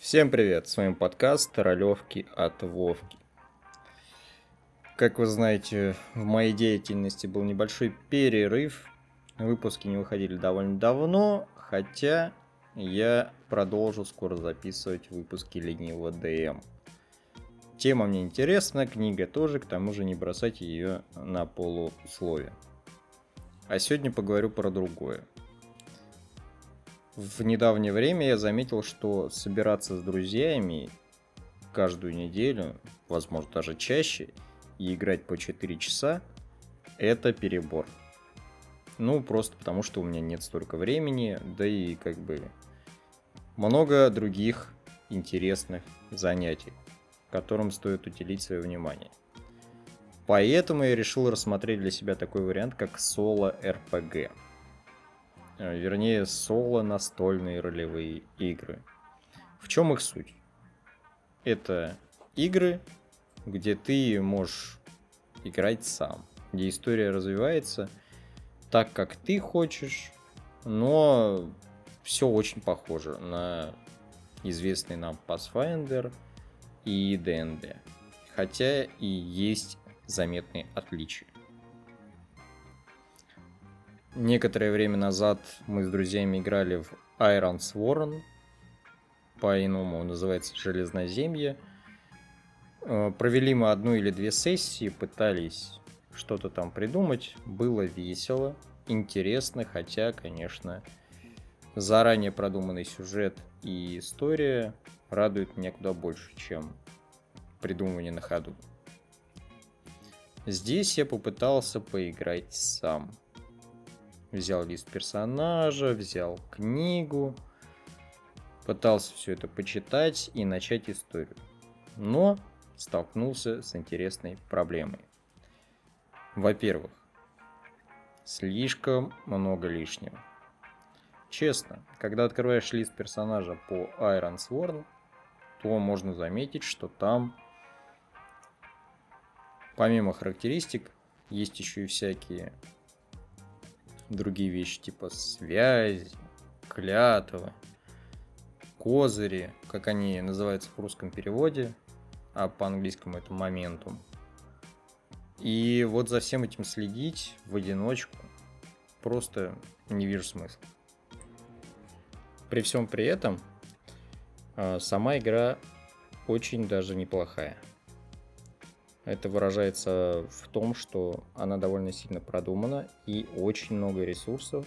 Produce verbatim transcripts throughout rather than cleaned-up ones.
Всем привет, с вами подкаст Ролевки от Вовки. Как вы знаете, в моей деятельности был небольшой перерыв, выпуски не выходили довольно давно, хотя я продолжу скоро записывать выпуски ленивого ДМ. Тема мне интересна, книга тоже, к тому же не бросать ее на полусловие. А сегодня поговорю про другое. В недавнее время я заметил, что собираться с друзьями каждую неделю, возможно даже чаще, и играть по четыре часа – это перебор. Ну, просто потому что у меня нет столько времени, да и как бы много других интересных занятий, которым стоит уделить свое внимание. Поэтому я решил рассмотреть для себя такой вариант, как соло-эр пи джи. Вернее, соло-настольные ролевые игры. В чем их суть? Это игры, где ты можешь играть сам, где история развивается так, как ты хочешь, но все очень похоже на известный нам Pathfinder и ди энд ди, хотя и есть заметные отличия. Некоторое время назад мы с друзьями играли в Ironsworn, по-иному называется Железноземье. Провели мы одну или две сессии, пытались что-то там придумать. Было весело, интересно, хотя, конечно, заранее продуманный сюжет и история радуют меня куда больше, чем придумывание на ходу. Здесь я попытался поиграть сам. Взял лист персонажа, взял книгу, пытался все это почитать и начать историю. Но столкнулся с интересной проблемой. Во-первых, слишком много лишнего. Честно, когда открываешь лист персонажа по Ironsworn, то можно заметить, что там помимо характеристик есть еще и всякие другие вещи, типа связи, клятвы, козыри, как они называются в русском переводе, а по-английскому это моментум. И вот за всем этим следить в одиночку просто не вижу смысла. При всем при этом сама игра очень даже неплохая. Это выражается в том, что она довольно сильно продумана и очень много ресурсов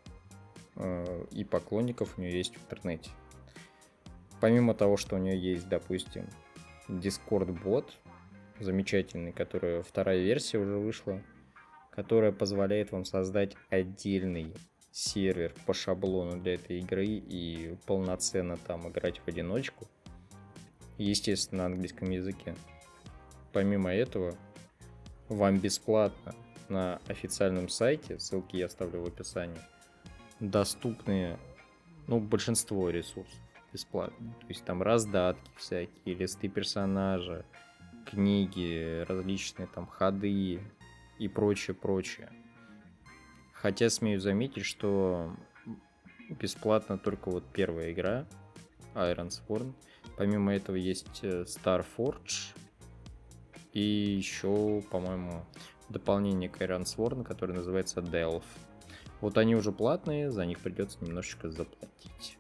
и поклонников у нее есть в интернете. Помимо того, что у нее есть, допустим, Discord-бот, замечательный, которая вторая версия уже вышла, которая позволяет вам создать отдельный сервер по шаблону для этой игры и полноценно там играть в одиночку, естественно, на английском языке. Помимо этого, вам бесплатно на официальном сайте, ссылки я оставлю в описании, доступны, ну, большинство ресурсов бесплатно. То есть там раздатки всякие, листы персонажа, книги, различные там ходы и прочее, прочее. Хотя смею заметить, что бесплатно только вот первая игра, Ironsworn. Помимо этого есть Starforge и еще, по-моему, дополнение к Ironsworn, которое называется Delve. Вот они уже платные, за них придется немножечко заплатить.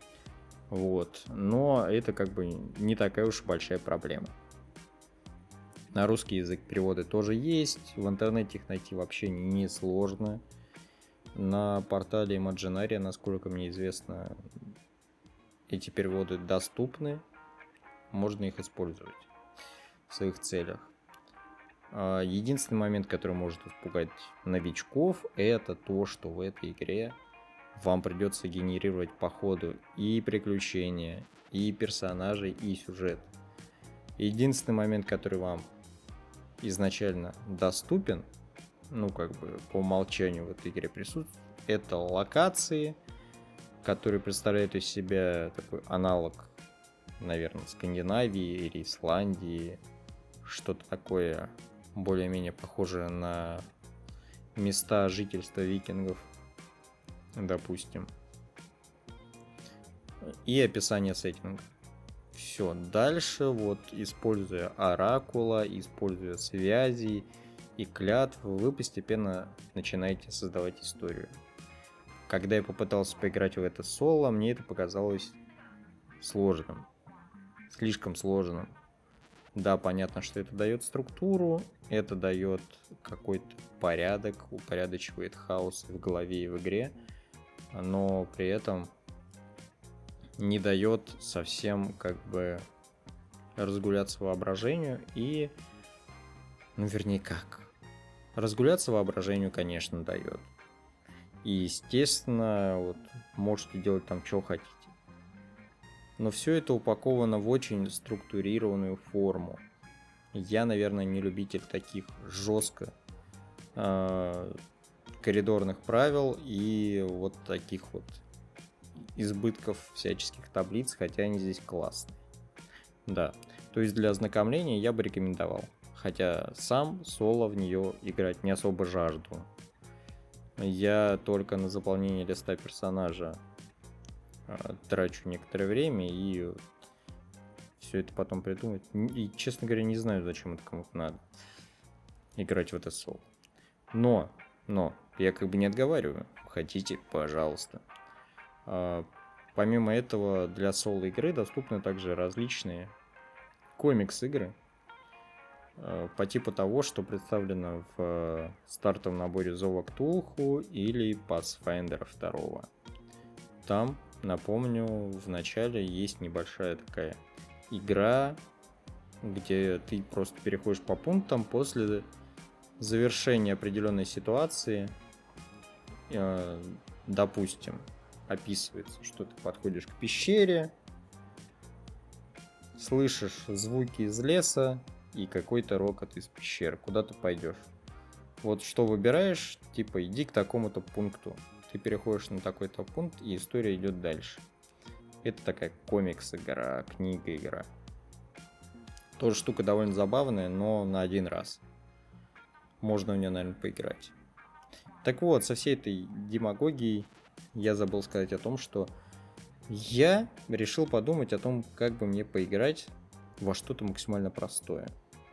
Вот. Но это как бы не такая уж большая проблема. На русский язык переводы тоже есть. В интернете их найти вообще не сложно. На портале Imaginary, насколько мне известно, эти переводы доступны. Можно их использовать в своих целях. Единственный момент, который может испугать новичков, это то, что в этой игре вам придется генерировать по ходу и приключения, и персонажей, и сюжет. Единственный момент, который вам изначально доступен, ну как бы по умолчанию в этой игре присутствует, это локации, которые представляют из себя такой аналог, наверное, Скандинавии или Исландии, что-то такое более-менее похожее на места жительства викингов, допустим, и описание сеттинга. все. Дальше, вот, используя оракула, используя связи и клятвы, вы постепенно начинаете создавать историю. Когда я попытался поиграть в это соло, мне это показалось сложным. Слишком сложным. Да, понятно, что это дает структуру, это дает какой-то порядок, упорядочивает хаос в голове и в игре, но при этом не дает совсем как бы разгуляться воображению и... Ну, вернее, как? Разгуляться воображению, конечно, дает. И, естественно, вот, можете делать там, что хотите. Но все это упаковано в очень структурированную форму. Я, наверное, не любитель таких жестко э, коридорных правил и вот таких вот избытков всяческих таблиц, хотя они здесь классные. Да, то есть для ознакомления я бы рекомендовал. Хотя сам соло в нее играть не особо жажду. Я только на заполнение листа персонажа э, трачу некоторое время и все это потом придумать. И, честно говоря, не знаю, зачем это кому-то надо играть в это соло. Но, но, я как бы не отговариваю. Хотите, пожалуйста. А, помимо этого, для соло игры доступны также различные комикс-игры а, по типу того, что представлено в стартовом наборе Зова Ктулху или Pathfinder два. Там, напомню, в начале есть небольшая такая игра, где ты просто переходишь по пунктам после завершения определенной ситуации. Э, допустим, описывается, что ты подходишь к пещере, слышишь звуки из леса и какой-то рокот из пещеры. Куда ты пойдешь? Вот что выбираешь, типа иди к такому-то пункту. Ты переходишь на такой-то пункт, и история идет дальше. Это такая комикс-игра, книга-игра. Тоже штука довольно забавная, но на один раз. Можно в нее, наверное, поиграть. Так вот, со всей этой демагогией я забыл сказать о том, что я решил подумать о том, как бы мне поиграть во что-то максимально простое.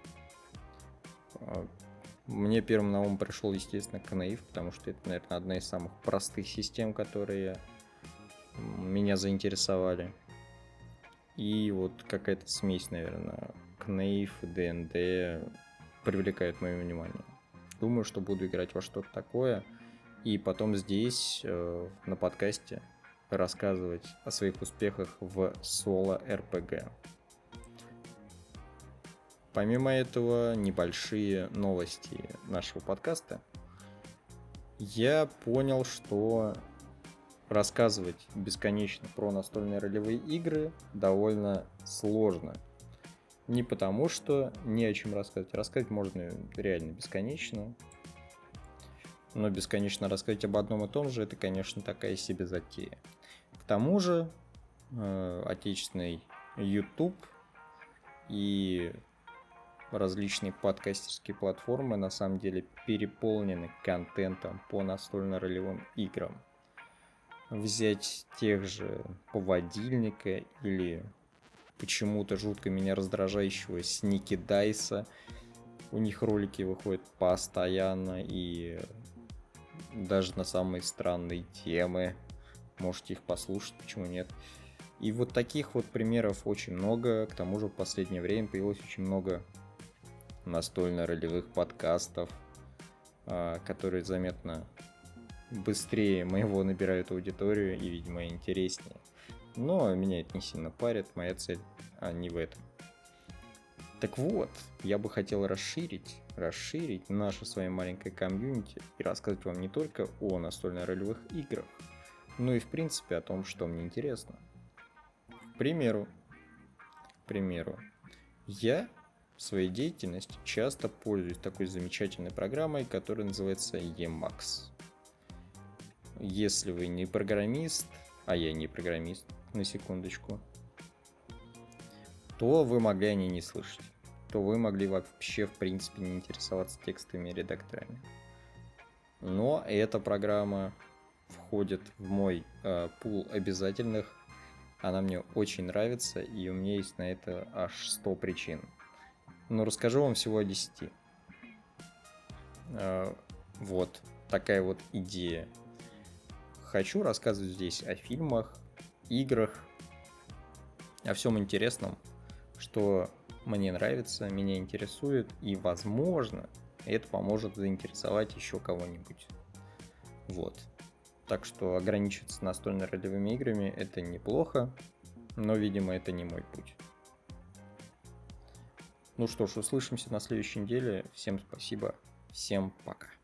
Мне первым на ум пришел, естественно, Knave, потому что это, наверное, одна из самых простых систем, которые меня заинтересовали. И вот какая-то смесь, наверное, Knave, ди энд ди привлекает мое внимание. Думаю, что буду играть во что-то такое, и потом здесь, э, на подкасте, рассказывать о своих успехах в соло-эр пи джи. Помимо этого, небольшие новости нашего подкаста. Я понял, что рассказывать бесконечно про настольные ролевые игры довольно сложно. Не потому, что не о чем рассказать. Рассказать можно реально бесконечно. Но бесконечно рассказать об одном и том же, это, конечно, такая себе затея. К тому же, э, отечественный YouTube и различные подкастерские платформы на самом деле переполнены контентом по настольно-ролевым играм. Взять тех же Поводильника или почему-то жутко меня раздражающего Сники Дайса. У них ролики выходят постоянно и даже на самые странные темы. Можете их послушать, почему нет. И вот таких вот примеров очень много. К тому же в последнее время появилось очень много настольно-ролевых подкастов, которые заметно быстрее моего набирают аудиторию и, видимо, интереснее. Но меня это не сильно парит, моя цель а не в этом. Так вот, я бы хотел расширить, расширить наше с вами маленькое комьюнити и рассказать вам не только о настольно-ролевых играх, но и в принципе о том, что мне интересно. К примеру, к примеру, я в своей деятельности часто пользуюсь такой замечательной программой, которая называется Emacs. Если вы не программист, а я не программист, на секундочку, то вы могли о ней не слышать, то вы могли вообще в принципе не интересоваться текстовыми редакторами. Но эта программа входит в мой э, пул обязательных Она мне очень нравится, и у меня есть на это аж сто причин. Но расскажу вам всего о десяти. Вот такая вот идея. Хочу рассказывать здесь о фильмах, играх, о всем интересном, что мне нравится, меня интересует, и, возможно, это поможет заинтересовать еще кого-нибудь. Вот. Так что ограничиться настольно-ролевыми играми — это неплохо, но, видимо, это не мой путь. Ну что ж, услышимся на следующей неделе. Всем спасибо, всем пока.